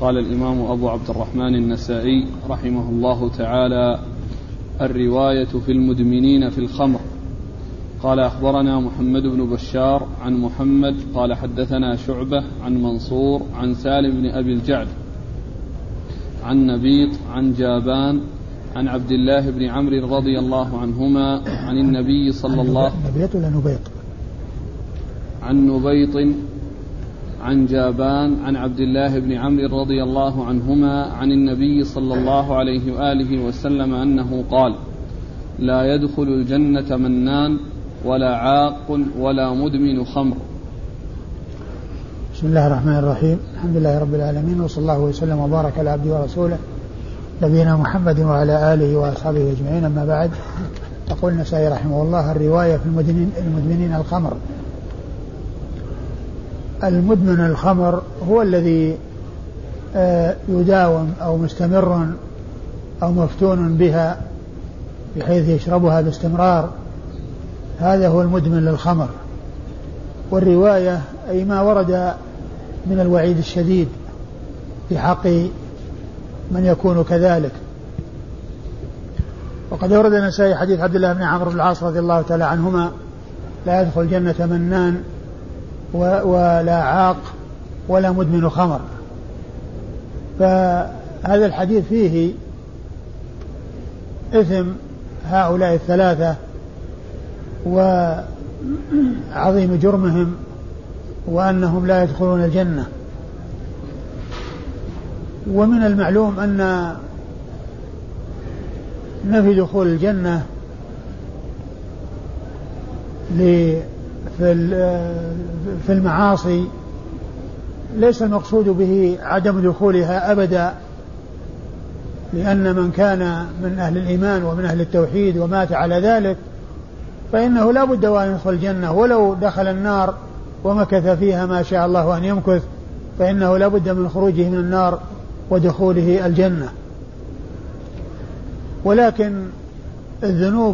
قال الإمام أبو عبد الرحمن النسائي رحمه الله تعالى: الرواية في المدمنين في الخمر. قال: أخبرنا محمد بن بشار عن محمد قال: حدثنا شعبة عن منصور عن سالم بن أبي الجعد عن نبيط عن جابان عن عبد الله بن عمرو رضي الله عنهما عن النبي صلى الله نبيط ولا نبيط؟ عن نبيط عن جابان عن عبد الله بن عمرو رضي الله عنهما عن النبي صلى الله عليه وآله وسلم أنه قال: لا يدخل الجنة منان ولا عاق ولا مدمن خمر. بسم الله الرحمن الرحيم. الحمد لله رب العالمين، وصلى الله وسلم وبارك على عبده ورسوله نبينا محمد وعلى آله وأصحابه أجمعين. أما بعد، يقول النسائي رحمه الله: الرواية في المدمنين الخمر. المدمن الخمر هو الذي يداوم أو مستمر أو مفتون بها بحيث يشربها باستمرار، هذا هو المدمن للخمر. والرواية أي ما ورد من الوعيد الشديد في حق من يكون كذلك. وقد ورد النسائي حديث عبد الله بن عمرو بن العاص رضي الله تعالى عنهما: لا يدخل الجنة منان ولا عاق ولا مدمن خمر. فهذا الحديث فيه إثم هؤلاء الثلاثة وعظيم جرمهم وأنهم لا يدخلون الجنة. ومن المعلوم أن نفي دخول الجنة في المعاصي ليس المقصود به عدم دخولها أبدا، لأن من كان من أهل الإيمان ومن أهل التوحيد ومات على ذلك فإنه لا بد وأن يدخل الجنة، ولو دخل النار ومكث فيها ما شاء الله أن يمكث فإنه لا بد من خروجه من النار ودخوله الجنة. ولكن الذنوب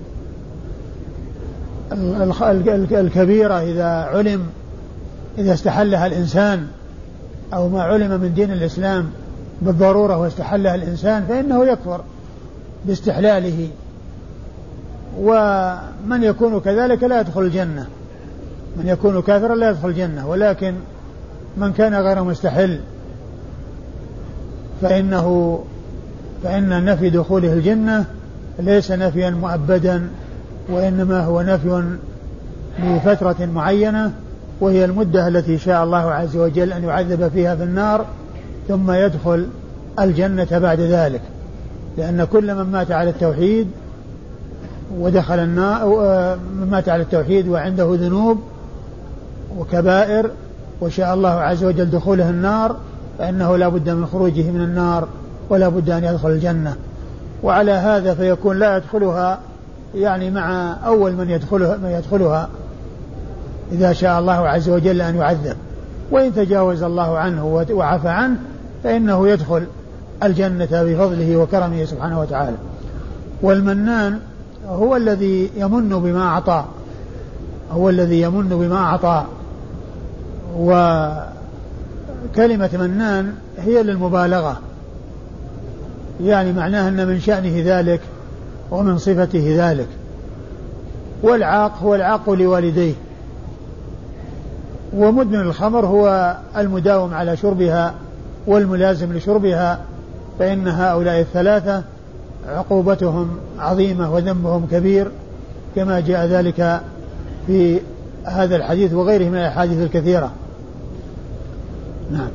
الكبيرة إذا استحلها الإنسان أو ما علم من دين الإسلام بالضرورة واستحلها الإنسان فإنه يكفر باستحلاله، ومن يكون كذلك لا يدخل الجنة، من يكون كافرا لا يدخل الجنة. ولكن من كان غير مستحل فإن نفي دخوله الجنة ليس نفيا مؤبدا، وإنما هو نفي لفترة معينة، وهي المدة التي شاء الله عز وجل أن يعذب فيها في النار ثم يدخل الجنة بعد ذلك. لأن كل من مات على التوحيد ودخل النار، من مات على التوحيد وعنده ذنوب وكبائر وشاء الله عز وجل دخوله النار فإنه لا بد من خروجه من النار ولا بد أن يدخل الجنة. وعلى هذا فيكون لا يدخلها يعني مع أول من يدخلها إذا شاء الله عز وجل أن يعذب، وإن تجاوز الله عنه وعفى عنه فإنه يدخل الجنة بفضله وكرمه سبحانه وتعالى. والمنان هو الذي يمن بما أعطى، هو الذي يمن بما أعطى. وكلمة منان هي للمبالغة، يعني معناه أن من شأنه ذلك ومن صفته ذلك. والعاق هو العاق لوالديه. ومدمن الخمر هو المداوم على شربها والملازم لشربها، فإن هؤلاء الثلاثة عقوبتهم عظيمة وذنبهم كبير كما جاء ذلك في هذا الحديث وغيره من الأحاديث الكثيرة. نعم.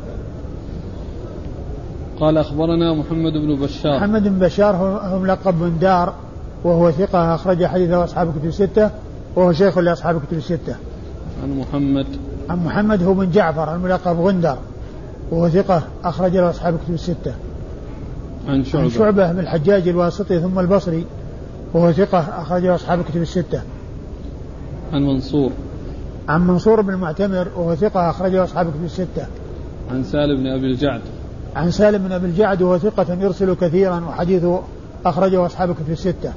قال: أخبرنا محمد بن بشار. محمد بن بشار هو ملقب بن دار، وهو ثقة أخرج حديثه أصحاب الكتب الستة، وهو شيخ لأصحاب الكتب الستة. عن محمد هو بن جعفر الملقب غندر، وهو ثقة أخرج له أصحاب الكتب الستة. عن شعبة بن الحجاج الواسطي ثم البصري، وهو ثقة أخرج له أصحاب الكتب الستة. عن منصور بن المعتمر، وهو ثقة أخرج له أصحاب الكتب الستة. عن سالم بن أبي الجعد، وهو ثقة يرسل كثيرا وحديثه أخرجه أصحاب الكتب الستة.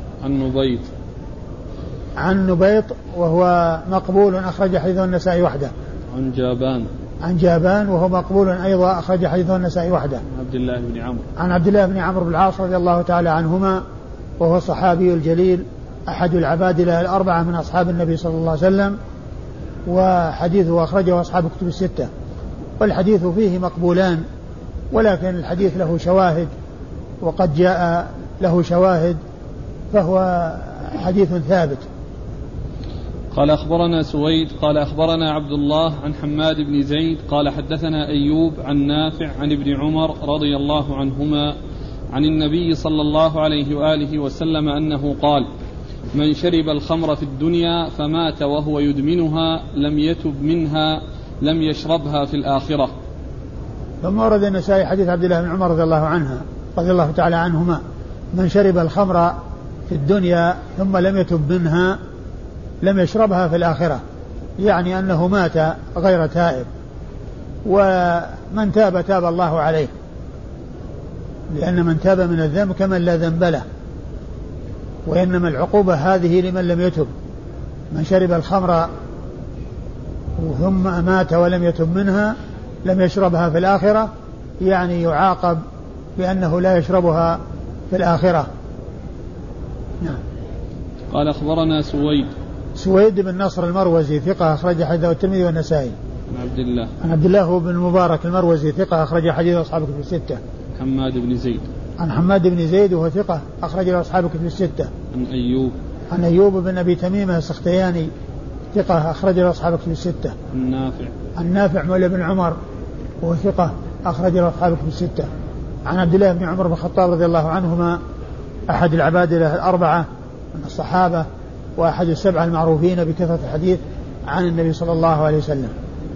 عن نبيط وهو مقبول أخرج حديثه النسائي وحده. عن جابان وهو مقبول أيضا أخرج حديثه النسائي وحده. عن عبد الله بن عمرو بن العاص رضي الله تعالى عنهما وهو الصحابي الجليل أحد العبادلة الأربعة من أصحاب النبي صلى الله عليه وسلم، وحديثه أخرجه أصحاب كتب الستة، والحديث فيه مقبولان، ولكن الحديث له شواهد، وقد جاء له شواهد فهو حديث ثابت. قال أخبرنا سويد قال أخبرنا عبد الله عن حماد بن زيد قال حدثنا أيوب عن نافع عن ابن عمر رضي الله عنهما عن النبي صلى الله عليه وآله وسلم أنه قال: من شرب الخمر في الدنيا فمات وهو يدمنها لم يتب منها لم يشربها في الآخرة. ثم ورد النسائي حديث عبد الله بن عمر رضي الله تعالى عنهما: من شرب الخمر في الدنيا ثم لم يتب منها لم يشربها في الآخرة، يعني أنه مات غير تائب، ومن تاب تاب الله عليه، لأن من تاب من الذنب كمن لا ذنب له، وإنما العقوبة هذه لمن لم يتب. من شرب الخمر ثم مات ولم يتب منها لم يشربها في الآخرة، يعني يعاقب بأنه لا يشربها في الآخرة. نعم. قال أخبرنا سويد بن نصر المروزي ثقة أخرج حديثه الترمذي والنسائي. عن عبد الله بن المبارك المروزي ثقة أخرج حديثه أصحاب الكتب الستة. عن حماد بن زيد وهو ثقة أخرج له أصحاب الكتب الستة. عن أيوب بن أبي تميمة السختياني ثقة أخرج له أصحاب الكتب الستة. عن نافع مولى بن عمر وهو ثقة أخرج له أصحاب الكتب الستة. عن عبد الله بن عمر بن الخطاب رضي الله عنهما أحد العبادلة الأربعة من الصحابة وأحد السبعة المعروفين بكثرة الحديث عن النبي صلى الله عليه وسلم.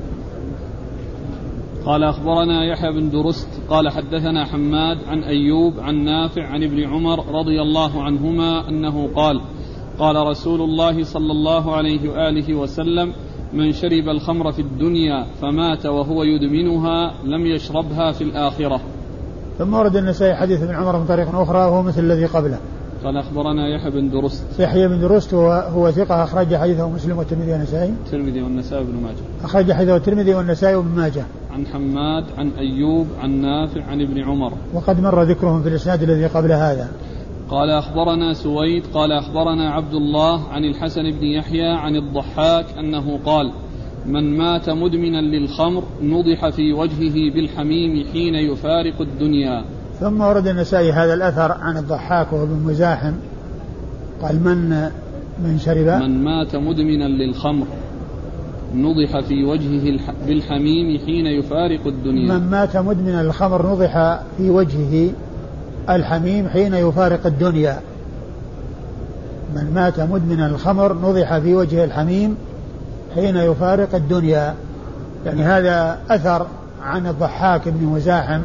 قال أخبرنا يحيى بن درست قال حدثنا حماد عن أيوب عن نافع عن ابن عمر رضي الله عنهما أنه قال: قال رسول الله صلى الله عليه وآله وسلم: من شرب الخمر في الدنيا فمات وهو يدمنها لم يشربها في الآخرة. ثم ورد النسائي حديث ابن عمر من طريق أخرى وهو مثل الذي قبله. قال أخبرنا يحيى بن درست هو ثقة أخرج حديثه مسلم والترمذي والنسائي. وابن ماجه. أخرج حديثه الترمذي والنسائي وابن ماجه. عن حماد عن أيوب عن نافع عن ابن عمر، وقد مر ذكرهم في الإسناد الذي قبل هذا. قال أخبرنا سويد قال أخبرنا عبد الله عن الحسن بن يحيى عن الضحاك أنه قال: من مات مدمنا للخمر نضح في وجهه بالحميم حين يفارق الدنيا. ثم ورد النسائي هذا الأثر عن الضحاك وهو بن مزاحم قال: من مات مدمنا للخمر نضح في وجهه بالحميم حين يفارق الدنيا. من مات مدمنا للخمر نضح في وجهه الحميم حين يفارق الدنيا. من مات مدمنا للخمر نضح في وجهه الحميم حين يفارق الدنيا. يعني هذا أثر عن الضحاك بن مزاحم،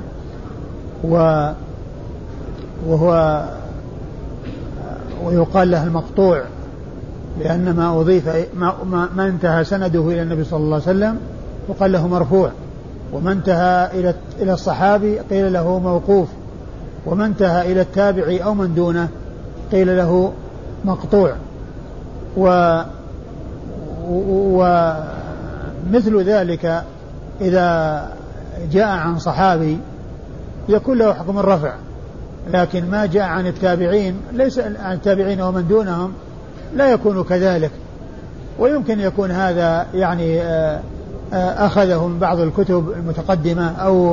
وهو ويقال له المقطوع، لأن ما أضيف ما انتهى سنده إلى النبي صلى الله عليه وسلم وقال له مرفوع، وما انتهى إلى الصحابي قيل له موقوف، وما انتهى إلى التابعي أو من دونه قيل له مقطوع. ومثل ذلك إذا جاء عن صحابي يكون له حكم الرفع، لكن ما جاء عن التابعين ليس عن التابعين ومن دونهم لا يكون كذلك. ويمكن يكون هذا يعني أخذه من بعض الكتب المتقدمة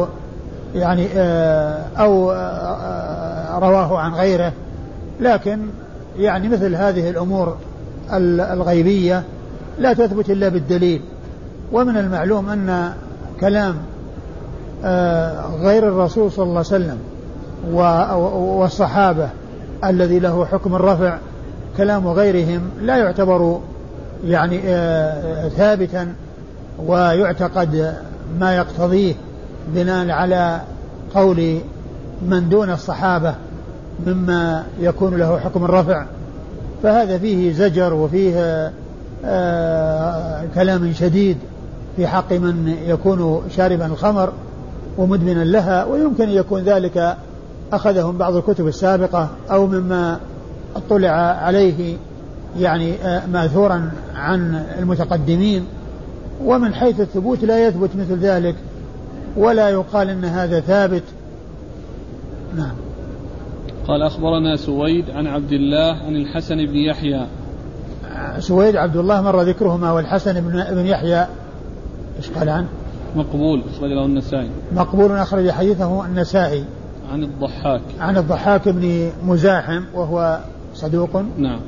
أو رواه عن غيره، لكن يعني مثل هذه الأمور الغيبية لا تثبت إلا بالدليل. ومن المعلوم أن كلام غير الرسول صلى الله عليه وسلم والصحابة الذي له حكم الرفع كلام غيرهم لا يعتبر يعني ثابتا ويعتقد ما يقتضيه بناء على قول من دون الصحابة مما يكون له حكم الرفع. فهذا فيه زجر وفيه كلام شديد في حق من يكون شاربا الخمر ومدمنا لها، ويمكن يكون ذلك أخذهم بعض الكتب السابقة أو مما اطلع عليه يعني ماثورا عن المتقدمين، ومن حيث الثبوت لا يثبت مثل ذلك ولا يقال إن هذا ثابت. نعم. قال أخبرنا سويد عن عبد الله عن الحسن بن يحيى. سويد عبد الله مر ذكرهما، والحسن بن يحيى إيش قال عنه؟ مقبول أخرج له النسائي. مقبول أخرج حديثه النسائي. عن الضحاك. عن الضحاك بن مزاحم وهو صدوق. نعم.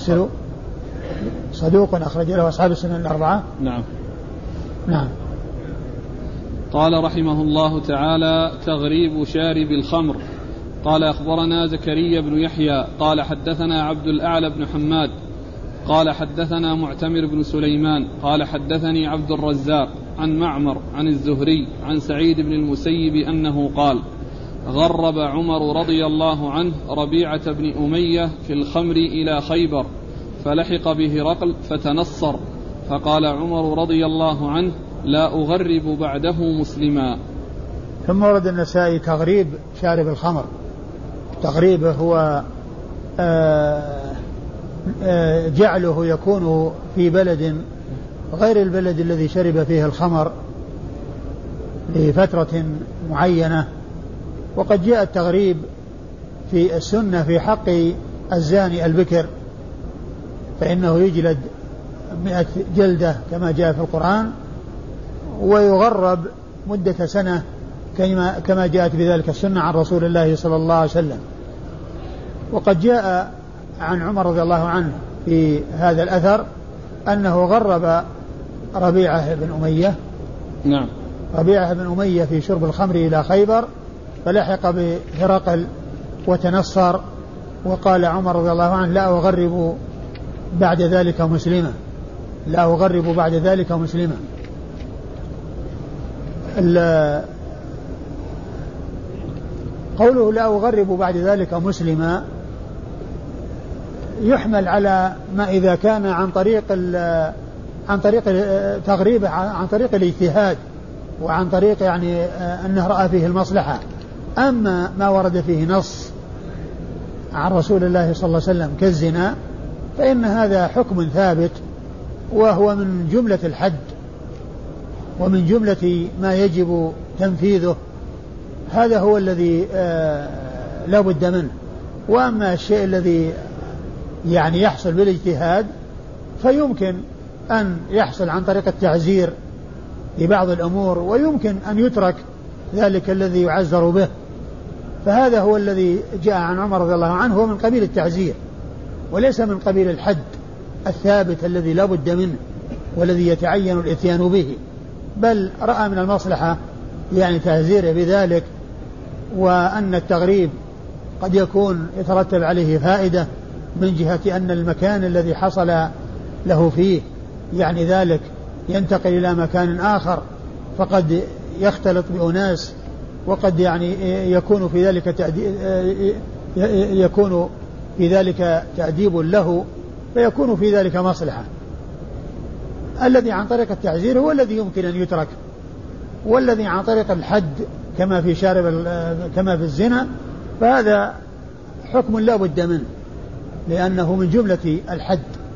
صدوق أخرج له أصحاب السنن الأربعة. نعم. نعم. قال رحمه الله تعالى: تغريب شارب الخمر. قال أخبرنا زكريا بن يحيى قال حدثنا عبد الأعلى بن حماد قال حدثنا معتمر بن سليمان قال حدثني عبد الرزاق عن معمر عن الزهري عن سعيد بن المسيب أنه قال: غرب عمر رضي الله عنه ربيعة بن أمية في الخمر إلى خيبر، فلحق به هرقل فتنصر، فقال عمر رضي الله عنه: لا أغرب بعده مسلما. ثم ورد النسائي تغريب شارب الخمر. تغريبه هو جعله يكون في بلد غير البلد الذي شرب فيه الخمر لفترة معينة. وقد جاء التغريب في السنة في حق الزاني البكر، فإنه يجلد 100 جلدة كما جاء في القرآن، ويغرب مدة سنة كما جاءت بذلك السنة عن رسول الله صلى الله عليه وسلم. وقد جاء عن عمر رضي الله عنه في هذا الأثر أنه غرب ربيعة بن أمية. نعم. ربيعة بن أمية في شرب الخمر إلى خيبر، فلحق بهرقل وتنصر، وقال عمر رضي الله عنه: لا أغرب بعد ذلك مسلما. لا أغرب بعد ذلك مسلما. قوله لا أغرب بعد ذلك مسلما يحمل على ما إذا كان عن طريق تغريبه عن طريق الاجتهاد وعن طريق يعني أنه رأى فيه المصلحة. أما ما ورد فيه نص عن رسول الله صلى الله عليه وسلم كالزنا فإن هذا حكم ثابت، وهو من جملة الحد ومن جملة ما يجب تنفيذه. هذا هو الذي لا بد منه. وأما الشيء الذي يعني يحصل بالاجتهاد فيمكن أن يحصل عن طريق التعزير لبعض الأمور، ويمكن أن يترك ذلك الذي يعزر به. فهذا هو الذي جاء عن عمر رضي الله عنه، هو من قبيل التعزير وليس من قبيل الحد الثابت الذي لا بد منه والذي يتعين الاتيان به، بل رأى من المصلحة يعني تعزيره بذلك، وأن التغريب قد يكون يترتب عليه فائدة من جهة أن المكان الذي حصل له فيه يعني ذلك ينتقل إلى مكان آخر، فقد يختلط بأناس، وقد يعني يكون في ذلك تأديب له، فيكون في ذلك مصلحة. الذي عن طريق التعزير هو الذي يمكن أن يترك، والذي عن طريق الحد كما في كما في الزنا فهذا حكم لا بد منه لأنه من جملة الحد.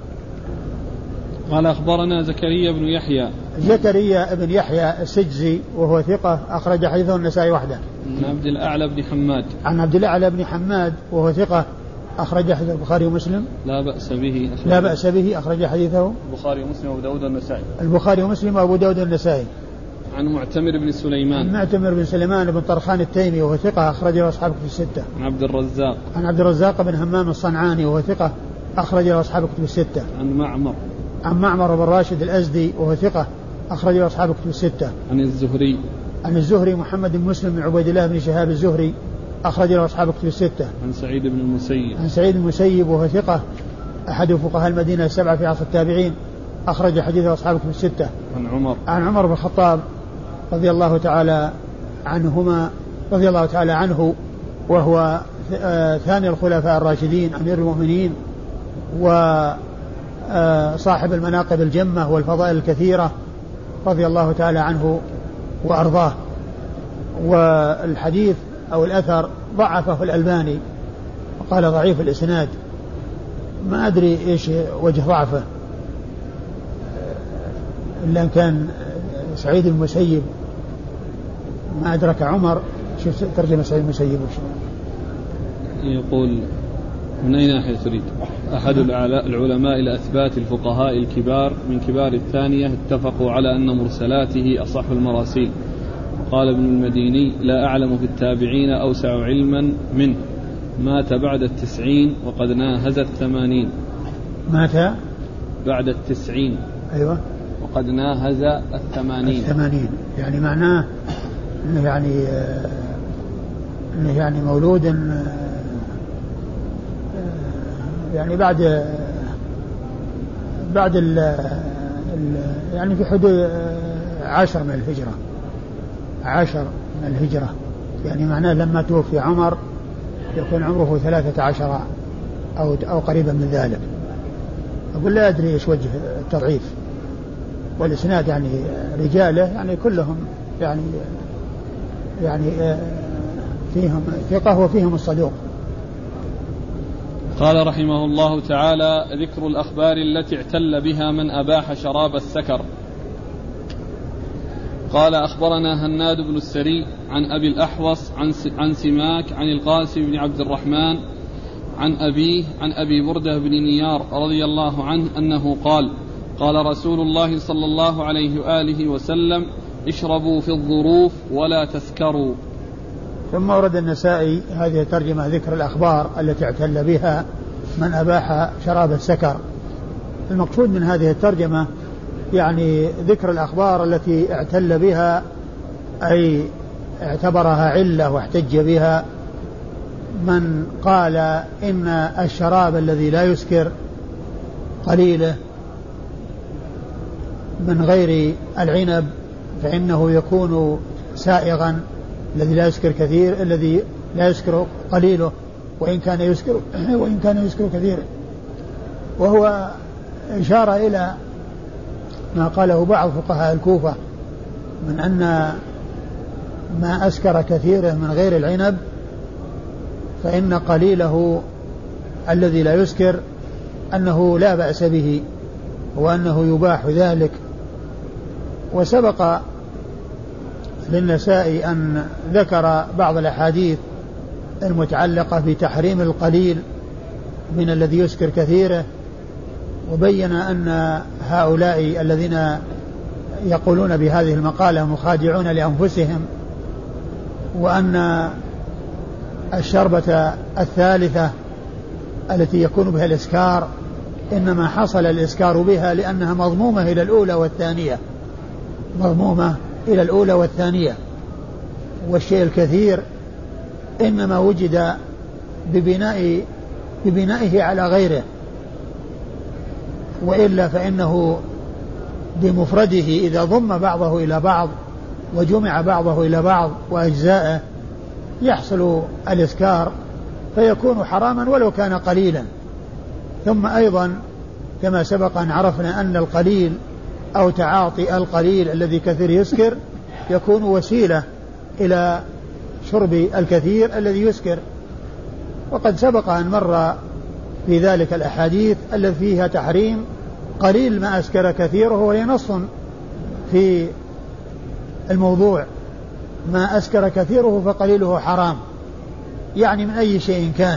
قال أخبرنا زكريا بن يحيى. زكريا بن يحيى السجزي وهو ثقة أخرج حديثه النسائي وحده. عن عبد الأعلى بن حماد. عن عبد الأعلى بن حماد وهو ثقة أخرج حديث البخاري ومسلم. لا بأس به أخرج حديثه البخاري ومسلم وأبو داود والنسائي. البخاري ومسلم وأبو داود والنسائي. عن معتمر بن سليمان. عن معتمر بن سليمان بن طرخان التيمي وهو ثقة أخرجه أصحاب كتب الستة. عن عبد الرزاق. عن عبد الرزاق بن همام الصنعاني وهو ثقة أخرجه أصحاب كتب الستة. عن معمر بن راشد الأزدي وهو ثقة أخرجه أصحاب كتب الستة. عن الزهري محمد بن مسلم بن عبيد الله بن شهاب الزهري أخرجه أصحاب كتب الستة. عن سعيد بن المسيب وهو ثقة أحد فقهاء المدينة السبعة في عصر التابعين أخرج حديثه أصحاب كتب الستة. عن عمر بن الخطاب رضي الله تعالى عنه وهو ثاني الخلفاء الراشدين أمير المؤمنين وصاحب المناقب الجمة والفضائل الكثيرة رضي الله تعالى عنه وأرضاه. والحديث أو الأثر ضعفه الألباني وقال ضعيف الإسناد، ما أدري إيش وجه ضعفه، إلا أن كان سعيد المسيب ما أدرك عمر. شوف ترجمة سعيد المسيب يقول من أي ناحية تريد؟ أحد العلماء الأثبات الفقهاء الكبار من كبار الثانية اتفقوا على أن مرسلاته أصح المراسيل. قال ابن المديني لا أعلم في التابعين أوسع علما منه، مات بعد 90 وقد ناهز 80. مات بعد 90 أيوة وقد ناهز 80. يعني معناه أنه يعني مولود يعني بعد يعني في حدود 10 من الهجرة. يعني معناه لما توفي عمر يكون عمره 13 أو قريبا من ذلك. أقول لا أدري إيش وجه التضعيف، والإسناد يعني رجاله يعني كلهم يعني فيهم ثقة وفيهم الصدوق. قال رحمه الله تعالى: ذكر الأخبار التي اعتل بها من أباح شراب السكر. قال أخبرنا هناد بن السري عن أبي الأحوص عن سماك عن القاسم بن عبد الرحمن عن أبيه عن أبي بردة بن نيار رضي الله عنه أنه قال: قال رسول الله صلى الله عليه وآله وسلم: اشربوا في الظروف ولا تسكروا. ثم ورد النسائي هذه الترجمة ذكر الأخبار التي اعتل بها من أباح شراب السكر. المقصود من هذه الترجمة يعني ذكر الأخبار التي اعتل بها، أي اعتبرها علة واحتج بها، من قال إن الشراب الذي لا يسكر قليله من غير العنب فإنه يكون سائغا، الذي لا يسكر كثير، الذي لا يسكر قليله وإن كان يسكر كثير. وهو إشارة إلى ما قاله بعض فقهاء الكوفة من أن ما أسكر كثيره من غير العنب فإن قليله الذي لا يسكر أنه لا بأس به وأنه يباح ذلك. وسبق للنسائي أن ذكر بعض الأحاديث المتعلقة بتحريم القليل من الذي يسكر كثيره، وبين أن هؤلاء الذين يقولون بهذه المقالة مخادعون لأنفسهم، وأن الشربة الثالثة التي يكون بها الإسكار إنما حصل الإسكار بها لأنها مضمومة إلى الأولى والثانية، والشيء الكثير إنما وجد ببنائه على غيره، وإلا فإنه بمفرده إذا ضم بعضه إلى بعض وجمع بعضه إلى بعض وأجزاءه يحصل الإسكار فيكون حراما ولو كان قليلا. ثم أيضا كما سبق أن عرفنا أن القليل أو تعاطي القليل الذي كثير يسكر يكون وسيلة إلى شرب الكثير الذي يسكر. وقد سبق أن مر في ذلك الأحاديث التي فيها تحريم قليل ما أسكر كثيره، وهي نص في الموضوع: ما أسكر كثيره فقليله حرام، يعني من أي شيء كان.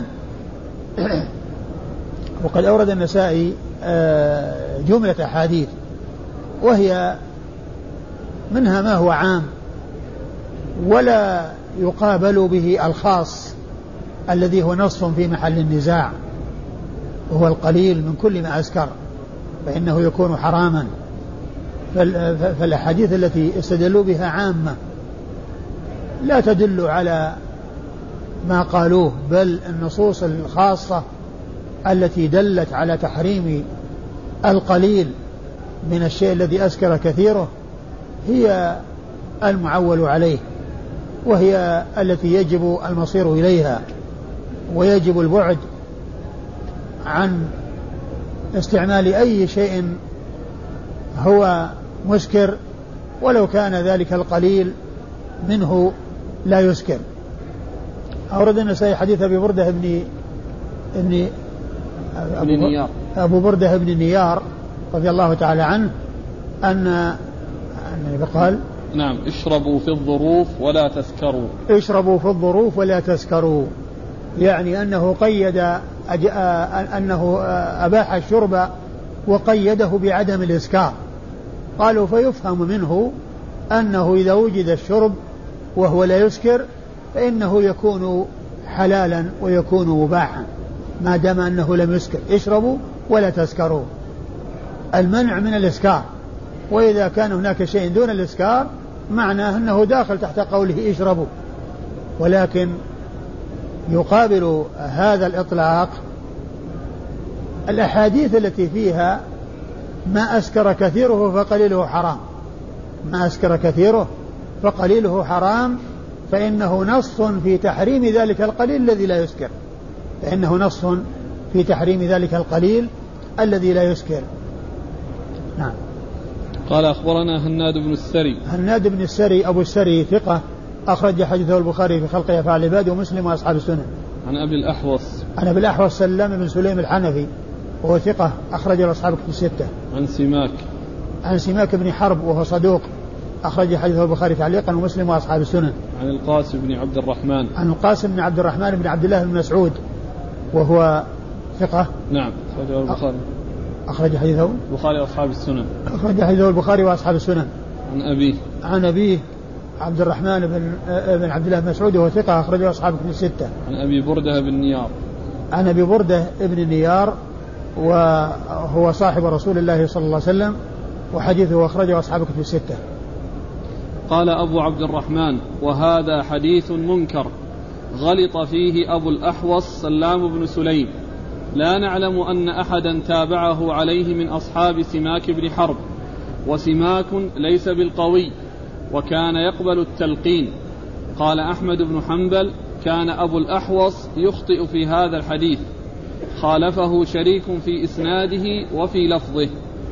وقد أورد النسائي جملة أحاديث، وهي منها ما هو عام ولا يقابل به الخاص الذي هو نص في محل النزاع، وهو القليل من كل ما أسكر فإنه يكون حراما. فالأحاديث التي استدلوا بها عامة لا تدل على ما قالوه، بل النصوص الخاصة التي دلت على تحريم القليل من الشيء الذي أسكر كثيره هي المعول عليه، وهي التي يجب المصير إليها، ويجب البعد عن استعمال أي شيء هو مسكر ولو كان ذلك القليل منه لا يسكر. أورد النسائي حديث أبي بردة أبو بردة بن نيار رضي الله تعالى عنه أن قال نعم اشربوا في الظروف ولا تسكروا. اشربوا في الظروف ولا تسكروا، يعني أنه قيد أنه أباح الشرب وقيده بعدم الإسكار. قالوا فيفهم منه أنه إذا وجد الشرب وهو لا يسكر فإنه يكون حلالا ويكون مباحا ما دام أنه لم يسكر. اشربوا ولا تسكروا، المنع من الإسكار، وإذا كان هناك شيء دون الإسكار معناه أنه داخل تحت قوله اشربوا. ولكن يقابل هذا الإطلاق الأحاديث التي فيها ما أسكر كثيره فقليله حرام، ما أسكر كثيره فقليله حرام، فإنه نص في تحريم ذلك القليل الذي لا يسكر، فإنه نص في تحريم ذلك القليل الذي لا يسكر. نعم. قال أخبرنا هناد بن السري. هناد بن السري أبو السري ثقة أخرج حديثه البخاري في خلق أفعال العباد ومسلم وأصحاب السنن. عن أبي الأحوص. عن أبي الأحوص سلام بن سليم الحنفي وهو ثقة أخرج له أصحاب الكتب الستة. عن سماك. عن سماك بن حرب وهو صدوق أخرج حديثه البخاري تعليقا ومسلم وأصحاب السنن. عن القاسم بن عبد الرحمن. عن القاسم بن عبد الرحمن بن عبد الله بن مسعود وهو ثقة. نعم أخرجه البخاري. أخرج حديثه البخاري وأصحاب السنن. أخرج حديثه البخاري وأصحاب السنن. عن أبيه. عن أبيه عبد الرحمن بن عبد الله بن مسعود وهو ثقة أخرجه أصحاب الكتب الستة. عن أبي بردة بن نيار. عن أبي بردة بن نيار وهو صاحب رسول الله صلى الله عليه وسلم وحديثه أخرجه أصحاب الكتب الستة. قال أبو عبد الرحمن وهذا حديث منكر غلط فيه أبو الأحوص سلام بن سليم، لا نعلم أن أحدا تابعه عليه من أصحاب سماك بن حرب، وسماك ليس بالقوي وكان يقبل التلقين. قال أحمد بن حنبل كان أبو الأحوص يخطئ في هذا الحديث، خالفه شريك في إسناده وفي لفظه.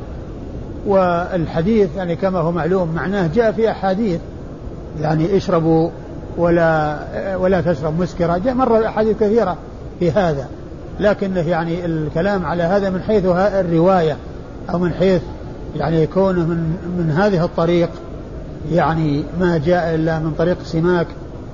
والحديث يعني كما هو معلوم معناه جاء في أحاديث يعني اشربوا ولا تشرب مسكرة، جاء مرة أحاديث كثيرة في هذا، لكن يعني الكلام على هذا من حيث الرواية أو من حيث يعني يكون من هذه الطريق، يعني ما جاء إلا من طريق سماك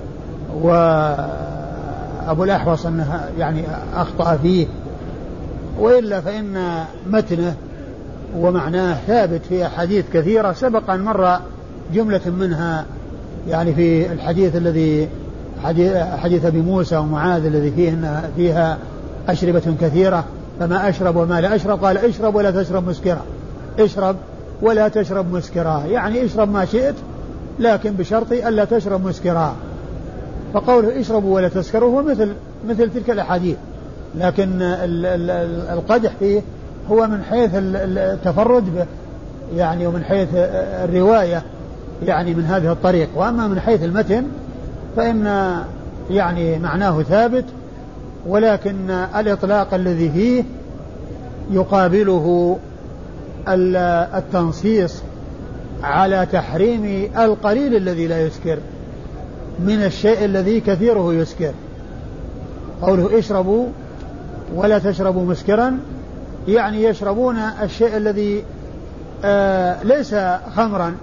وأبو الأحوص أنها يعني أخطأ فيه، وإلا فإن متنه ومعناه ثابت في أحاديث كثيرة سبق أن مر جملة منها يعني في الحديث الذي حديث أبي موسى ومعاذ الذي فيها أشربة كثيرة فما أشرب وما لا أشرب، قال اشرب ولا تشرب مسكرة، اشرب ولا تشرب مسكرة، يعني اشرب ما شئت لكن بشرط ألا تشرب مسكرة. فقوله اشربوا ولا تسكروا هو مثل تلك الأحاديث، لكن القدح فيه هو من حيث التفرد به يعني ومن حيث الرواية يعني من هذه الطريق، وأما من حيث المتن فإن يعني معناه ثابت، ولكن الإطلاق الذي فيه يقابله التنصيص على تحريم القليل الذي لا يسكر من الشيء الذي كثيره يسكر. قوله اشربوا ولا تشربوا مسكرا يعني يشربون الشيء الذي ليس خمرا،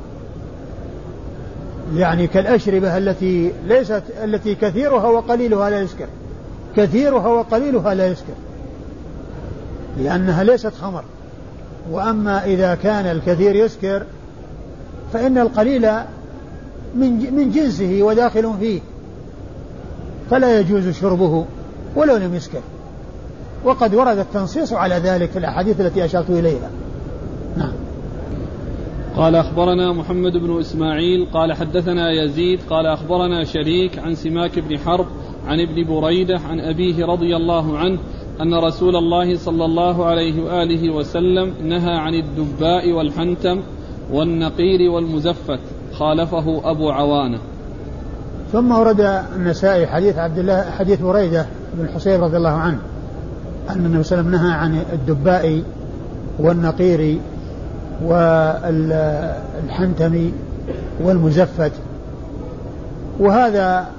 يعني كالأشربة التي كثيرها وقليلها لا يسكر، كثيرها وقليلها لا يسكر لأنها ليست خمر. وأما إذا كان الكثير يسكر فإن القليل من جنسه وداخل فيه فلا يجوز شربه ولو لم يسكر، وقد ورد التنصيص على ذلك في الأحاديث التي أشرت إليها. نعم. قال أخبرنا محمد بن إسماعيل قال حدثنا يزيد قال أخبرنا شريك عن سماك بن حرب عن ابن بريدة عن أبيه رضي الله عنه أن رسول الله صلى الله عليه وآله وسلم نهى عن الدباء والحنتم والنقير والمزفت، خالفه أبو عوانة. ثم ورد النسائي حديث بريدة بن الحصيب رضي الله عنه أن النبي صلى الله عليه وسلم نهى عن الدباء والنقير والحنتم والمزفت، وهذا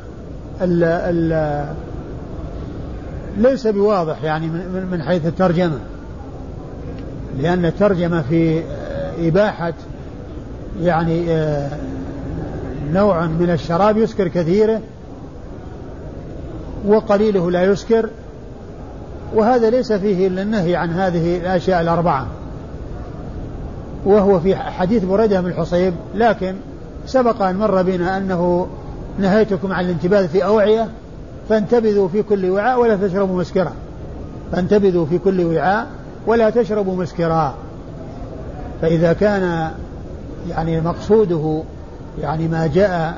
ليس بواضح يعني من حيث الترجمة، لأن الترجمة في إباحة يعني نوع من الشراب يسكر كثيره وقليله لا يسكر، وهذا ليس فيه إلا النهي عن هذه الأشياء الأربعة، وهو في حديث بريدة بن الحصيب. لكن سبق أن مر بنا أنه نهيتكم عن الانتباذ في أوعية فانتبذوا في كل وعاء ولا تشربوا مسكرا، فانتبذوا في كل وعاء ولا تشربوا مسكرا. فإذا كان يعني مقصوده يعني ما جاء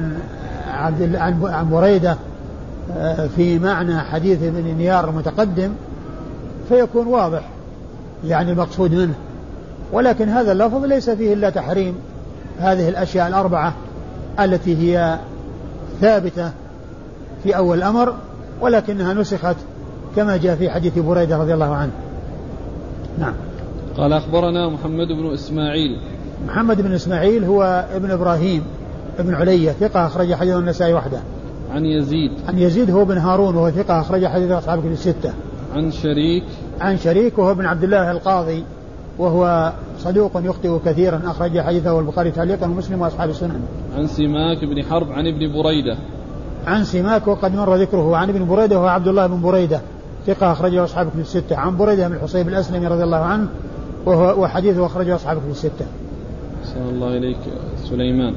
عن بريدة في معنى حديث ابن نيار المتقدم فيكون واضح يعني المقصود منه، ولكن هذا اللفظ ليس فيه إلا تحريم هذه الأشياء الأربعة التي هي ثابتة في أول الأمر، ولكنها نسخت كما جاء في حديث بريدة رضي الله عنه. نعم. قال أخبرنا محمد بن إسماعيل. محمد بن إسماعيل هو ابن إبراهيم ابن علية ثقة أخرج حديث النسائي وحده. عن يزيد. عن يزيد هو بن هارون وهو ثقة أخرج حديث أصحاب الكتب الستة. عن شريك. عن شريك وهو ابن عبد الله القاضي وهو صدوق يخطئ كثيرا أخرج حديثه البخاري تعليقا ومسلم وأصحاب السنن. عن سماك بن حرب عن ابن بريدة. عن سماك وقد مر ذكره. عن ابن بريدة وهو عبد الله بن بريدة ثقة أخرجه أصحاب الكتب الستة. عن بريدة بن الحصيب الأسلمي رضي الله عنه وهو حديثه أخرجه أصحاب الكتب الستة. صلى الله إليك. سليمان.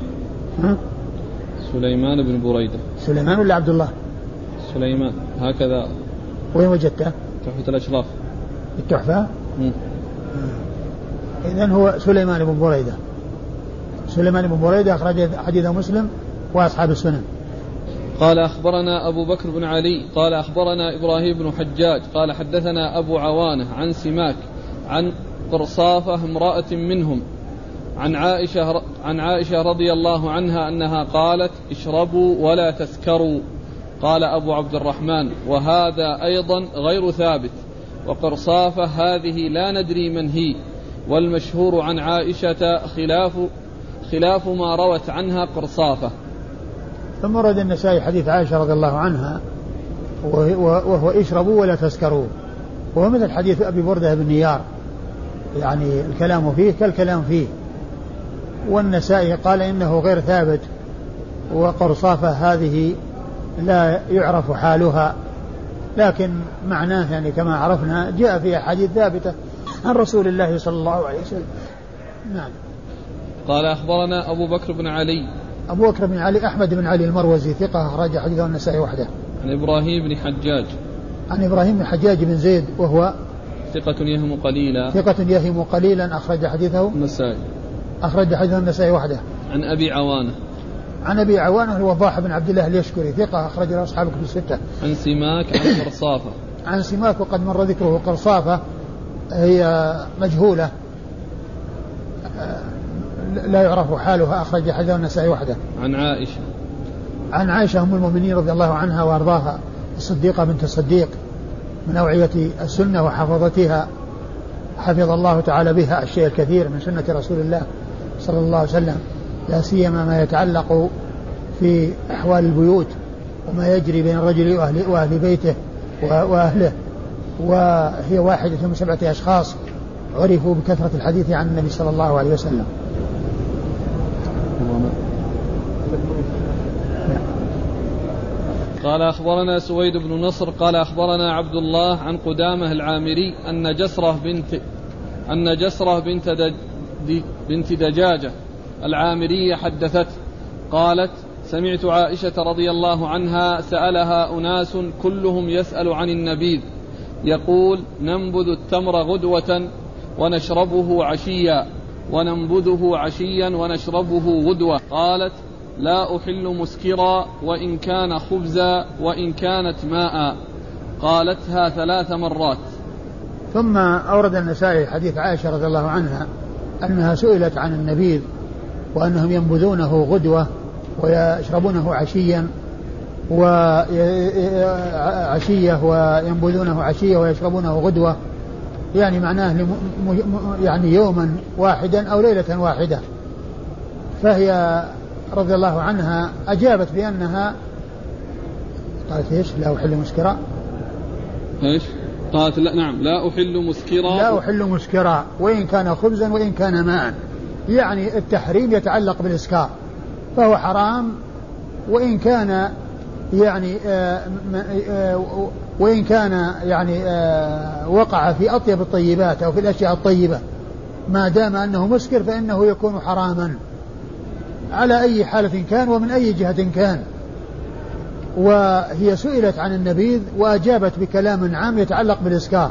سليمان بن بريدة. سليمان ولا عبد الله؟ سليمان هكذا. وين وجدته؟ تحفة الأشراف. التحفة. إذن هو سليمان بن بريدة. سليمان بن بريدة أخرج حديث مسلم وأصحاب السنن. قال أخبرنا أبو بكر بن علي قال أخبرنا إبراهيم بن حجاج قال حدثنا أبو عوانة عن سماك عن قرصافة امرأة منهم عن عائشة رضي الله عنها أنها قالت اشربوا ولا تسكروا. قال أبو عبد الرحمن وهذا أيضا غير ثابت، وقرصافة هذه لا ندري من هي، والمشهور عن عائشة خلاف ما روت عنها قرصافة. ثم ورد النسائي حديث عائشة رضي الله عنها وهو اشربوا ولا تسكروا، وهو مثل حديث أبي بردة بن نيار يعني الكلام فيه كالكلام فيه. والنسائي قال إنه غير ثابت، وقرصافة هذه لا يعرف حالها، لكن معناه يعني كما عرفنا جاء في أحاديث ثابتة عن رسول الله صلى الله عليه وسلم. نعم. قال أخبرنا أبو بكر بن علي. أبو بكر بن علي أحمد بن علي المروزي ثقة أخرج حديثه النسائي وحده. عن إبراهيم بن حجاج. عن إبراهيم بن حجاج بن زيد وهو ثقة يهم قليلا. ثقة يهم قليلا أخرج حديثه النسائي. أخرج حديثه النسائي وحده. عن أبي عوانة. عن أبي عوانة هو وضاح بن عبد الله اليشكري ثقة أخرج له أصحاب الكتب الستة. عن سماك عن قرصافة. عن سماك وقد مر ذكره. قرصافة هي مجهولة لا يعرف حالها أخرج حديثه النسائي وحده. عن عائشة. عن عائشة أم المؤمنين رضي الله عنها وأرضاها الصديقة بنت الصديق من أوعية السنة وحفظتها، حفظ الله تعالى بها الشيء الكثير من سنة رسول الله صلى الله عليه وسلم، لا سيما ما يتعلق في أحوال البيوت وما يجري بين الرجل وأهل بيته وأهله. وهي واحدة من 7 أشخاص عرفوا بكثرة الحديث عن النبي صلى الله عليه وسلم. قال أخبرنا سويد بن نصر قال أخبرنا عبد الله عن قدامة العامري أن جسرة بنت دجاجة العامرية حدثت قالت سمعت عائشة رضي الله عنها سألها أناس كلهم يسأل عن النبيذ يقول ننبذ التمر غدوة ونشربه عشيا وننبذه عشيا ونشربه غدوة. قالت لا أحل مسكرا وإن كان خبزا وإن كانت ماء. قالتها 3 مرات. ثم أورد النسائي حديث عائشة رضي الله عنها أنها سئلت عن النبيذ وأنهم ينبذونه غدوة ويشربونه عشيا وينبذونه عشية ويشربونه غدوة، يعني معناه يعني يوما واحدا أو ليلة واحدة. فهي رضي الله عنها أجابت بأنها قالت إيش لا أحل مسكرا. إيش قالت لا نعم لا أحل مسكرا، لا أحل مسكرا وإن كان خبزا وإن كان ماء، يعني التحريم يتعلق بالإسكار فهو حرام وإن كان يعني وإن كان يعني وقع في أطيب الطيبات أو في الأشياء الطيبة، ما دام أنه مسكر فإنه يكون حراما على أي حالة كان ومن أي جهة كان. وهي سئلت عن النبيذ وأجابت بكلام عام يتعلق بالإسكار،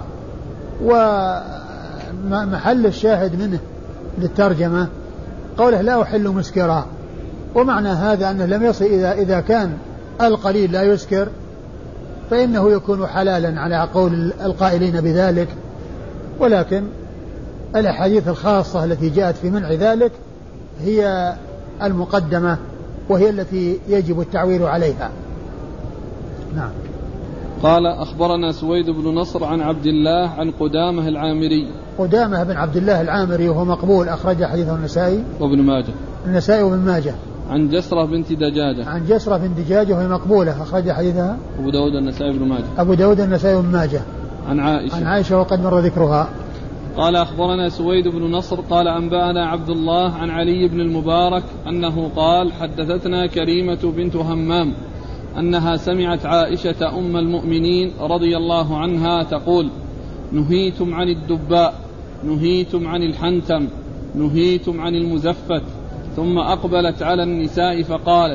ومحل الشاهد منه للترجمة قوله لا أحل مسكرا، ومعنى هذا أنه لم يصل إذا كان القليل لا يسكر فإنه يكون حلالا على قول القائلين بذلك، ولكن الأحاديث الخاصة التي جاءت في منع ذلك هي المقدمة وهي التي يجب التعويل عليها. نعم. قال أخبرنا سويد بن نصر عن عبد الله عن قدامة العامري. قدامة بن عبد الله العامري وهو مقبول أخرج حديثه النسائي وابن ماجه. النسائي وابن ماجه. عن جسرة بنت دجاجة. عن جسرة بنت دجاجة وهي مقبولة أخرج حديثها أبو داود النسائي وابن ماجه. أبو داود النسائي وابن ماجه. عن عائشة. عن عائشة وقد مر ذكرها. قال أخبرنا سويد بن نصر قال أنبأنا عبد الله عن علي بن المبارك أنه قال حدثتنا كريمة بنت همام أنها سمعت عائشة أم المؤمنين رضي الله عنها تقول نهيتم عن الدباء، نهيتم عن الحنتم، نهيتم عن المزفت، ثم أقبلت على النساء فقالت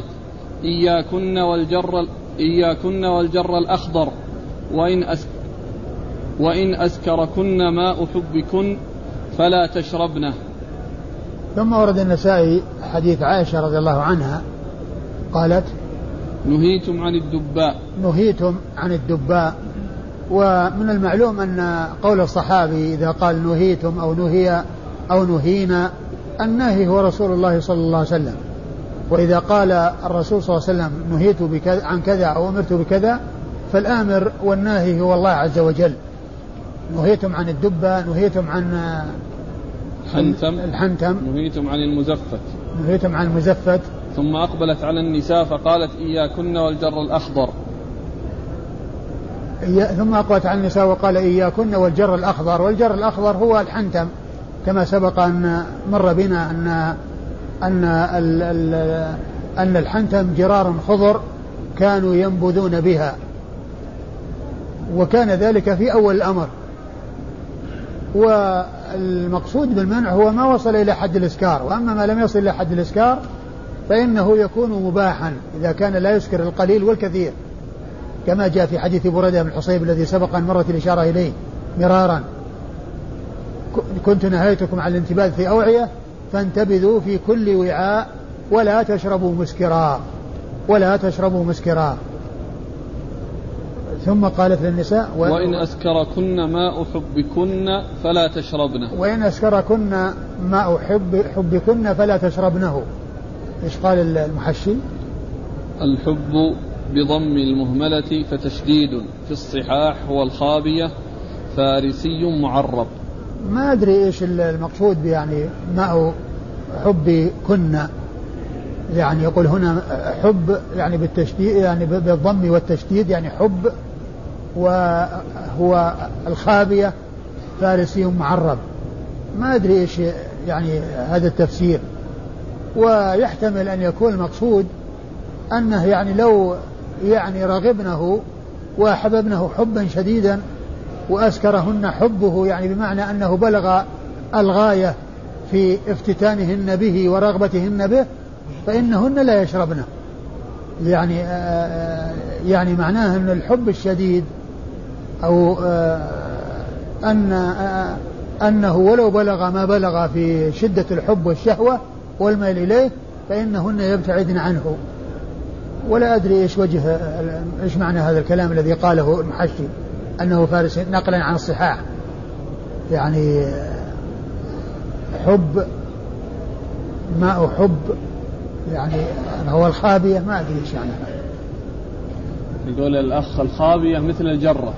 إياكن والجر الأخضر وإن أسكركن ماء حبكن فلا تشربنه. ثم ورد النسائي حديث عائشة رضي الله عنها قالت نهيتم عن الدباء. نهيتم عن الدباء، ومن المعلوم أن قول الصحابي إذا قال نهيتم أو نهي أو نهينا الناهي هو رسول الله صلى الله عليه وسلم، وإذا قال الرسول صلى الله عليه وسلم نهيت عن كذا أو أمرت بكذا فالآمر والناهي هو الله عز وجل. نهيتم عن الدبة، نهيتم عن الحنتم، نهيتم عن المزفت، نهيتم عن المزفت. ثم أقبلت على النساء فقالت إياكن والجر الأخضر. ثم أقبلت على النساء وقال إياكن والجر الأخضر، والجر الأخضر هو الحنتم كما سبق أن مر بنا أن الحنتم جرار خضر كانوا ينبذون بها، وكان ذلك في أول الأمر. والمقصود بالمنع هو ما وصل إلى حد الإسكار، وأما ما لم يصل إلى حد الإسكار فإنه يكون مباحا إذا كان لا يسكر القليل والكثير، كما جاء في حديث بريدة بن الحصيب الذي سبق أن مرت الإشارة إليه مرارا كنت نهيتكم عن الانتباذ في أوعية فانتبذوا في كل وعاء ولا تشربوا مسكرا، ولا تشربوا مسكرا. ثم قالت للنساء وإن أسكركن ماء حبكن فلا تشربنه. وإن أسكركن ماء حبكن فلا تشربنه. إيش قال المحشي؟ الحب بضم المهملة فتشديد في الصحاح هو الخابية فارسي معرب. ما أدري إيش المقصود يعني ماء حبكن، يعني يقول هنا حب يعني بالتشديد يعني بالضم والتشديد يعني حب، وهو الخابية فارسي معرب. ما أدري إيش يعني هذا التفسير، ويحتمل أن يكون المقصود أنه يعني لو يعني رغبنه وحببنه حبا شديدا وأسكرهن حبه، يعني بمعنى أنه بلغ الغاية في افتتانهن به ورغبتهن به فإنهن لا يشربنه. يعني معناه أن الحب الشديد أو أنه ولو بلغ ما بلغ في شدة الحب والشهوة والميل إليه فإنهن يبتعدن عنه. ولا أدري إيش معنى هذا الكلام الذي قاله المحشي أنه فارس نقلا عن الصحاح، يعني حب ماء حب يعني هو الخابية، ما أدري إيش يعني. يقول الأخ الخابية مثل الجرة.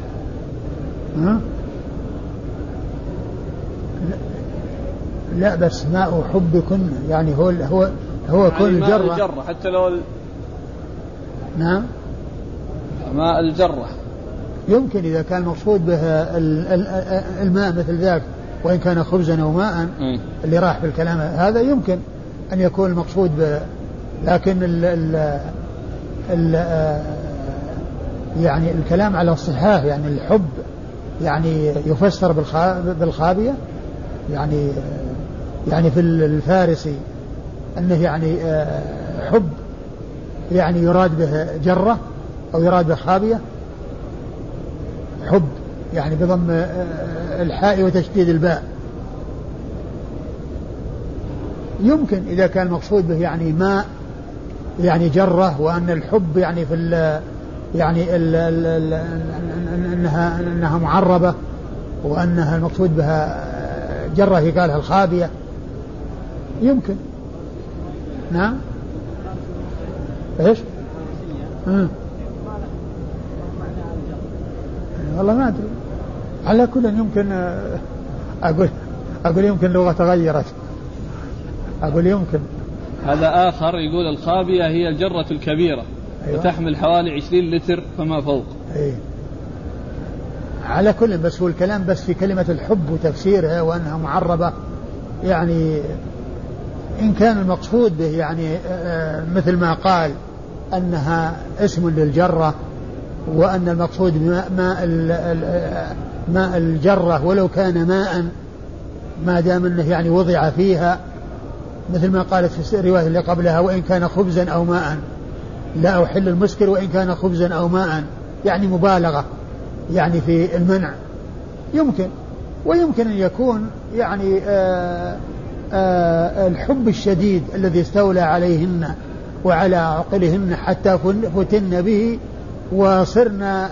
لا بس ماء حبكن يعني هو كل يعني الجرة حتى لو نعم ماء الجرة يمكن إذا كان مقصود به الماء مثل ذاك وإن كان خبزا أو ماء اللي راح بالكلام هذا يمكن أن يكون المقصود به. لكن يعني الكلام على الصحاح يعني الحب يعني يفسر بالخابية يعني في الفارسي أنه يعني حب يعني يراد به جرة أو يراد به خابية. حب يعني بضم الحاء وتشديد الباء. يمكن إذا كان المقصود به يعني ماء يعني جرة وأن الحب يعني في يعني أنها معربة وأنها المقصود بها جرة يقالها الخابية يمكن. نعم ايش؟ والله ما أدري. على كل يمكن أقول يمكن لغة تغيرت. أقول يمكن. هذا آخر يقول الخابية هي الجرة الكبيرة. أيوة. وتحمل حوالي 20 لتر فما فوق. أيه. على كل بس هو الكلام بس في كلمة الحب وتفسيرها وأنها معربة يعني إن كان المقصود به يعني مثل ما قال أنها اسم للجرة وأن المقصود ماء الجرة ولو كان ماء ما دام أنه يعني وضع فيها مثل ما قالت في الرواية اللي قبلها وإن كان خبزا أو ماء لا أحل المسكر وإن كان خبزا أو ماء يعني مبالغة يعني في المنع يمكن. ويمكن أن يكون يعني الحب الشديد الذي استولى عليهن وعلى عقلهن حتى فتن به وصرنا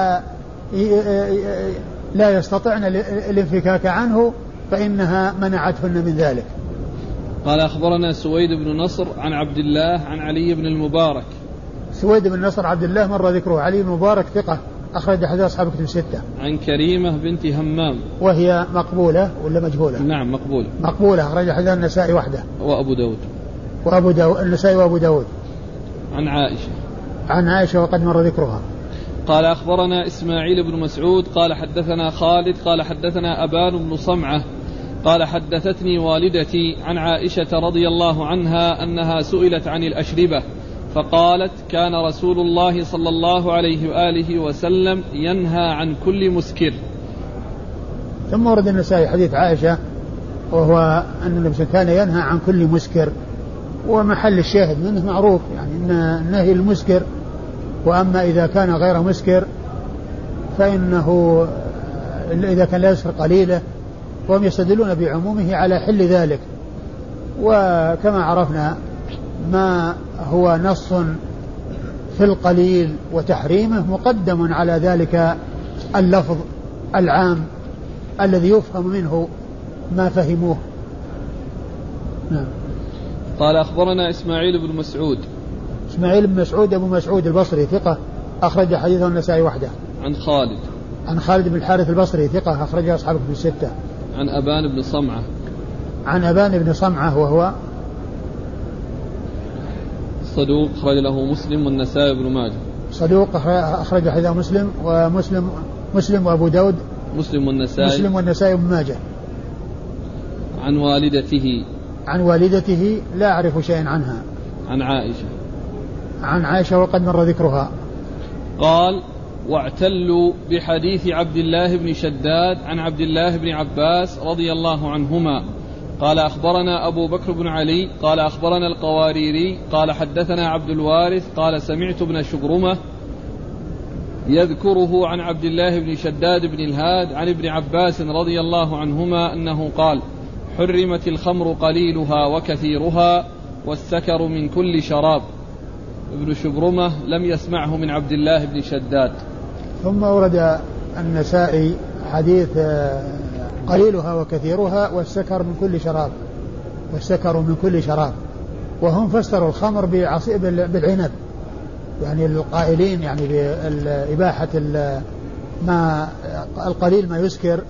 لا يستطعن الانفكاك عنه فإنها منعتهن من ذلك. قال أخبرنا سويد بن نصر عن عبد الله عن علي بن المبارك. سويد بن نصر عبد الله مر ذكره. علي بن المبارك ثقة أخرج حديث أصحاب كتب الستة. عن كريمة بنت همام وهي مقبولة ولا مجهولة؟ نعم مقبولة أخرج حديث النسائي وحده وأبو داود النسائي وأبو داود. عن عائشة وقد مر ذكرها. قال أخبرنا إسماعيل بن مسعود قال حدثنا خالد قال حدثنا أبان بن صمعة قال حدثتني والدتي عن عائشة رضي الله عنها أنها سئلت عن الأشربة فقالت كان رسول الله صلى الله عليه وآله وسلم ينهى عن كل مسكر. ثم ورد النسائي حديث عائشة وهو أن النبي كان ينهى عن كل مسكر ومحل الشاهد منه معروف يعني أن نهي المسكر. وأما إذا كان غير مسكر فإنه إذا كان لا يسكر قليله وهم يستدلون بعمومه على حل ذلك. وكما عرفنا ما هو نص في القليل وتحريمه مقدم على ذلك اللفظ العام الذي يفهم منه ما فهموه. نعم. قال أخبرنا إسماعيل بن مسعود. إسماعيل بن مسعود أبو مسعود البصري ثقة أخرج حديثه النسائي وحده. عن خالد بن الحارث البصري ثقة أخرج أصحابه في الستة. عن أبان بن صمعة. عن أبان بن صمعة وهو صدوق أخرج له مسلم والنسائي بن ماجه. صدوق أخرج حديثه مسلم وأبو داود مسلم والنسائي بن ماجه. عن والدته لا أعرف شيئا عنها. عن عائشة وقد مر ذكرها. قال واعتلوا بحديث عبد الله بن شداد عن عبد الله بن عباس رضي الله عنهما قال أخبرنا أبو بكر بن علي قال أخبرنا القواريري قال حدثنا عبد الوارث قال سمعت ابن شبرمة يذكره عن عبد الله بن شداد بن الهاد عن ابن عباس رضي الله عنهما أنه قال حرمت الخمر قليلها وكثيرها والسكر من كل شراب. ابن شبرمة لم يسمعه من عبد الله بن شداد. ثم ورد النسائي حديث قليلها وكثيرها والسكر من كل شراب وهم فسروا الخمر بالعنب يعني القائلين يعني بإباحة ما القليل ما يسكر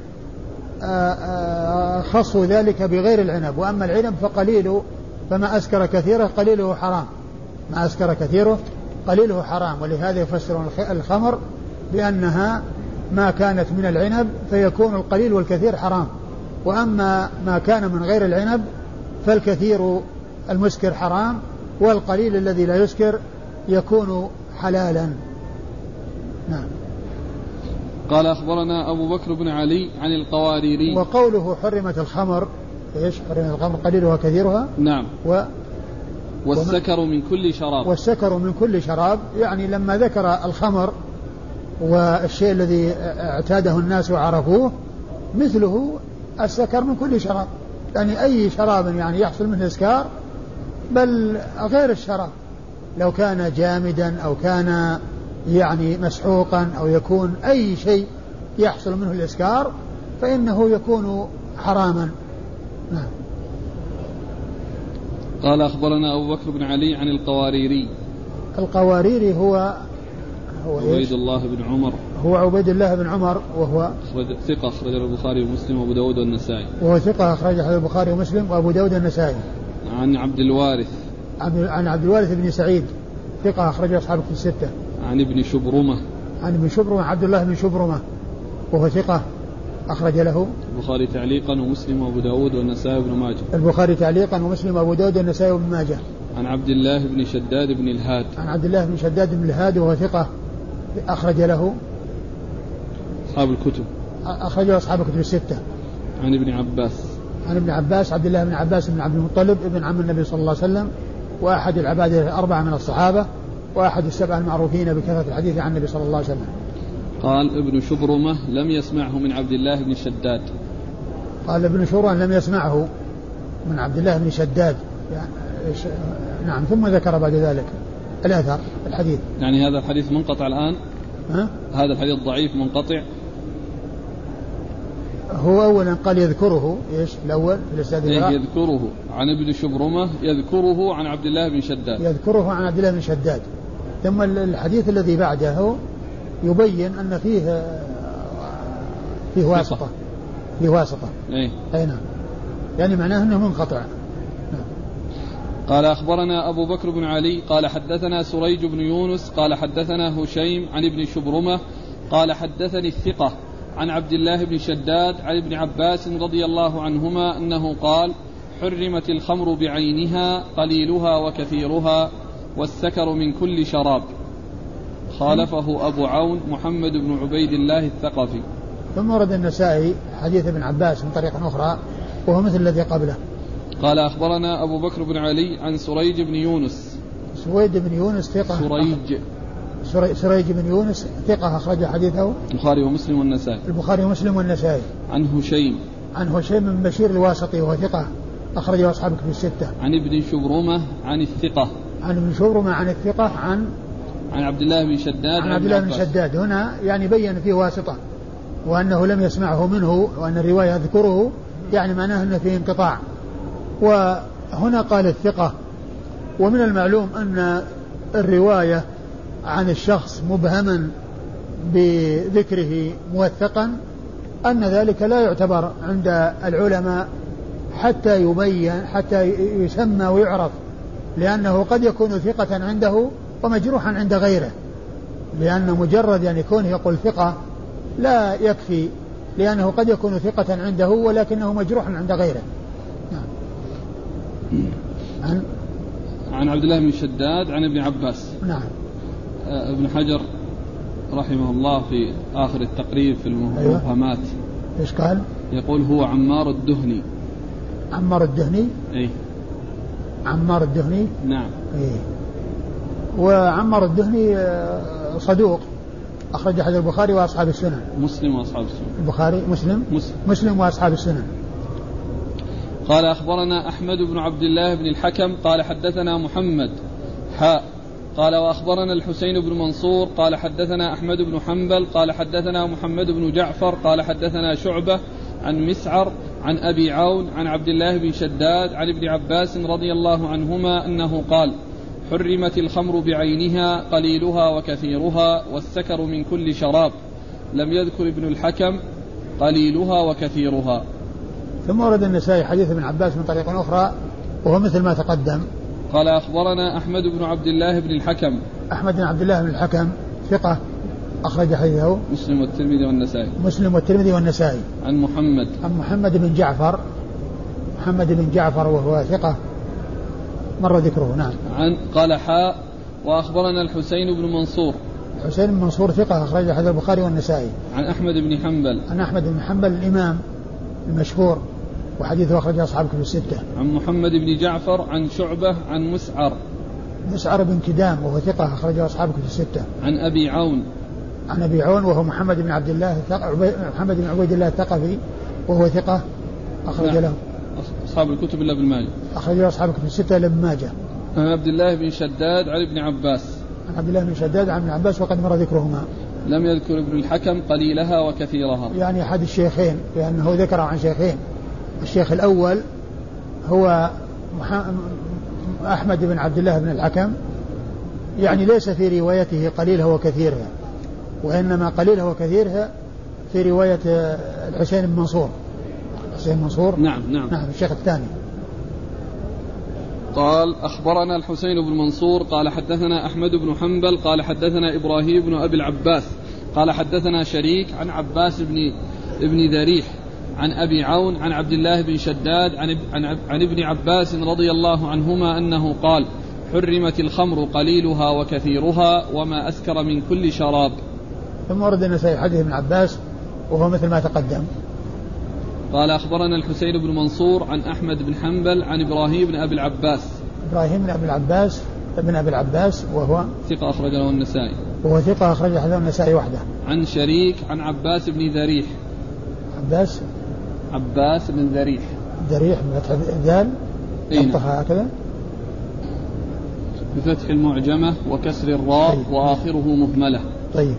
خصوا ذلك بغير العنب. وأما العنب فقليله فما أسكر كثيره قليله حرام ولهذا يفسرون الخمر بأنها ما كانت من العنب فيكون القليل والكثير حرام، وأما ما كان من غير العنب فالكثير المسكر حرام، والقليل الذي لا يسكر يكون حلالا. نعم. قال أخبرنا أبو بكر بن علي عن القواريري. وقوله حرمت الخمر، إيش حرمت الخمر قليلها كثيرها؟ نعم. والسكر من كل شراب. والسكر من كل شراب، يعني لما ذكر الخمر والشيء الذي اعتاده الناس وعرفوه مثله السكر من كل شراب، يعني أي شراب يعني يحصل منه إسكار، بل غير الشراب لو كان جامدا أو كان يعني مسحوقا أو يكون أي شيء يحصل منه الإسكار فإنه يكون حراما. نعم. قال أخبرنا أبو بكر بن علي عن القواريري. القواريري هو عبيد الله بن عمر. هو عبيد الله بن عمر وهو ثقة أخرج البخاري ومسلم وأبو داود والنسائي. وهو ثقة أخرج البخاري ومسلم وأبو داود والنسائي. عن عبد الوارث. عن عبد الوارث بن سعيد ثقة أخرج أصحاب الكتب الستة. عن ابن شبرمة. عن ابن شبرمة عبد الله بن شبرمة وهو ثقة أخرج له البخاري تعليقا ومسلم وأبو داود والنسائي وابن ماجه. البخاري تعليقا ومسلم وأبو داود والنسائي وابن ماجه. عن عبد الله بن شداد بن الهاد. عن عبد الله بن شداد بن الهاد وهو ثقة أخرج له أصحاب الكتب. أخرج أصحاب الكتب الستة. عن ابن عباس. عن ابن عباس عبد الله بن عباس بن عبد المطلب ابن عم النبي صلى الله عليه وسلم، وأحد العبادة الأربعة من الصحابة، وأحد السبع المعروفين بكثرة الحديث عن النبي صلى الله عليه وسلم. قال ابن شبرمة لم يسمعه من عبد الله بن شداد. قال ابن شبرمة لم يسمعه من عبد الله بن شداد يعني نعم. ثم ذكر بعد ذلك الأثر الحديث. يعني هذا الحديث منقطع الآن؟ هذا الحديث ضعيف منقطع. هو أولا قال يذكره إيش الأول في الإسناد يذكره عن ابن شبرمة، يذكره عن عبد الله بن شداد، يذكره عن عبد الله بن شداد. ثم الحديث الذي بعده يبين أن فيه واسطة، فيه واسطة. أي نعم، يعني معناه أنه منقطع. قال أخبرنا أبو بكر بن علي قال حدثنا سريج بن يونس قال حدثنا هشيم عن ابن شبرمة قال حدثني الثقة عن عبد الله بن شداد عن ابن عباس رضي الله عنهما أنه قال حرمت الخمر بعينها قليلها وكثيرها والسكر من كل شراب. خالفه أبو عون محمد بن عبيد الله الثقفي. ثم ورد النسائي حديث ابن عباس من طريق أخرى وهو مثل الذي قبله. قال أخبرنا أبو بكر بن علي عن سريج بن يونس. سويد بن يونس ثقة. سريج بن يونس ثقة أخرج حديثه البخاري ومسلم والنسائي. البخاري ومسلم والنسائي. عن هشيم. عن هشيم بن بشير الواسطي وهو ثقة أخرجه أصحاب الكتب الستة. عن ابن شبرمة عن الثقة. عن ابن شبرمة عن الثقة عن عبد الله بن شداد. عن عبد الله بن شداد. هنا يعني بين فيه واسطة وأنه لم يسمعه منه وأن الرواية يذكره، يعني معناه أنه فيه انقطاع. وهنا قال الثقة، ومن المعلوم أن الرواية عن الشخص مبهما بذكره موثقا أن ذلك لا يعتبر عند العلماء حتى يبين، حتى يسمى ويعرف، لأنه قد يكون ثقة عنده ومجروحا عند غيره، لأن مجرد يعني كونه يقول ثقة لا يكفي، لأنه قد يكون ثقة عنده ولكنه مجروحا عند غيره. عن عبد الله بن شداد عن ابن عباس. نعم. ابن حجر رحمه الله في آخر التقريب في المبهمات إيش قال؟ يقول هو عمار الدهني. عمار الدهني؟ إيه. عمار الدهني؟ نعم. إيه. وعمار الدهني صدوق أخرج حديث البخاري وأصحاب السنن. مسلم وأصحاب السنن. البخاري مسلم وأصحاب السنن. قال أخبرنا أحمد بن عبد الله بن الحكم قال حدثنا محمد قال وأخبرنا الحسين بن منصور قال حدثنا أحمد بن حنبل قال حدثنا محمد بن جعفر قال حدثنا شعبة عن مسعر عن أبي عون عن عبد الله بن شداد عن ابن عباس رضي الله عنهما أنه قال حرمت الخمر بعينها قليلها وكثيرها والسكر من كل شراب. لم يذكر ابن الحكم قليلها وكثيرها. ثم ورد النسائي حديث ابن عباس من طريق أخرى وهو مثل ما تقدم. قال أخبرنا أحمد بن عبد الله بن الحكم. أحمد بن عبد الله بن الحكم ثقة أخرج حديثه مسلم والترمذي والنسائي. مسلم والترمذي والنسائي. عن محمد بن جعفر. محمد بن جعفر وهو ثقة مر ذكره. نعم. قال حاء وأخبرنا الحسين بن منصور. الحسين بن منصور ثقة أخرج حديث البخاري والنسائي. عن أحمد بن حنبل. عن أحمد بن حنبل الإمام المشهور وحديثه أخرج أصحاب كتب الستة. عن محمد بن جعفر عن شعبة عن مسعر بن كدام وهو ثقة أخرج أصحاب كتب الستة. عن أبي عون. عن أبي عون وهو محمد بن عبيد الله الثقفي وهو ثقة أخرج له أصحاب الكتب إلا ابن ماجه. أخرج له أصحاب الكتب الستة إلا ابن ماجه. عن عبد الله بن شداد عن ابن عباس. عن عبد الله بن شداد عن ابن عباس وقد مر ذكرهما. لم يذكر ابن الحكم قليلها وكثيرها. يعني أحد الشيخين لأنه ذكر عن شيخين. الشيخ الأول هو أحمد بن عبد الله بن الحكم، يعني ليس في روايته قليلها وكثيرها، وإنما قليلها وكثيرها في رواية الحسين بن منصور. الحسين منصور نعم الشيخ الثاني. قال أخبرنا الحسين بن منصور قال حدثنا أحمد بن حنبل قال حدثنا إبراهيم بن أبي العباس قال حدثنا شريك عن عباس بن ذريح عن أبي عون عن عبد الله بن شداد عن ابن عباس رضي الله عنهما أنه قال حرمت الخمر قليلها وكثيرها وما أسكر من كل شراب. ثم ورد النسائي حديث ابن عباس وهو مثل ما تقدم. قال أخبرنا الحسين بن منصور عن أحمد بن حنبل عن إبراهيم بن أبي العباس. إبراهيم بن أبي العباس وهو ثقة أخرج له النسائي. وهو ثقة أخرج له النسائي وحده. عن شريك عن عباس بن ذريح. عباس بن ذريح. ذريح بفتح الذال ينطقها هكذا بفتح المعجمة وكسر الراء. طيب. وآخره مهملة. طيب.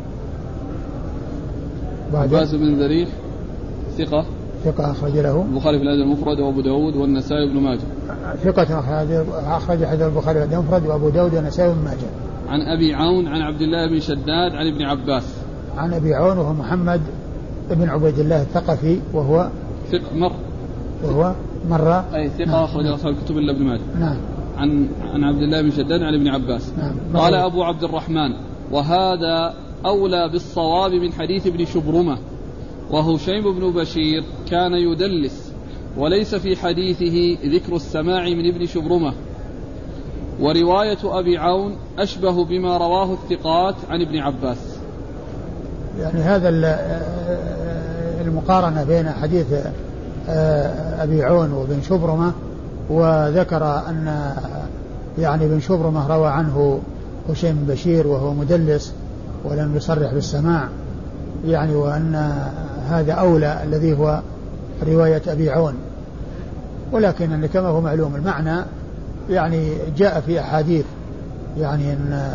عباس بن ذريح ثقة أخرج له البخاري في الأدب المفرد وأبو داود والنسائي بن ماجه. ثقة أخرج حديث البخاري في الأدب المفرد وأبو داود والنسائي بن ماجه. عن أبي عون عن عبد الله بن شداد عن ابن عباس. عن أبي عون وهو محمد بن عبيد الله الثقفي وهو ثقة مرة أي ثقة أخرج أصحاب الكتب إلا ابن ماجه. نعم. عن عبد الله بن شداد عن ابن عباس. نعم. قال أبو عبد الرحمن وهذا أولى بالصواب من حديث ابن شبرمة وهشيم بن بشير كان يدلس وليس في حديثه ذكر السماع من ابن شبرمة، ورواية أبي عون أشبه بما رواه الثقات عن ابن عباس. يعني هذا المقارنة بين حديث أبي عون وابن شبرمة، وذكر أن يعني ابن شبرمة روى عنه هشيم بن بشير وهو مدلس ولم يصرح بالسماع، يعني وأن هذا أولى الذي هو رواية أبي عون. ولكن كما هو معلوم المعنى يعني جاء في أحاديث يعني أن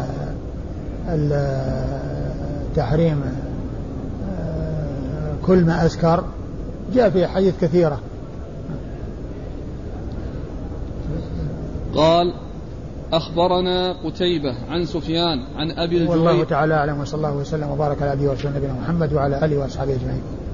التحريم كل ما أسكر جاء في أحاديث كثيرة. قال أخبرنا قتيبة عن سفيان عن أبي الجويد. والله تعالى أعلم، وصلى الله وسلم وبارك على أبي ورسول نبينا محمد وعلى آله وأصحابه أجمعين.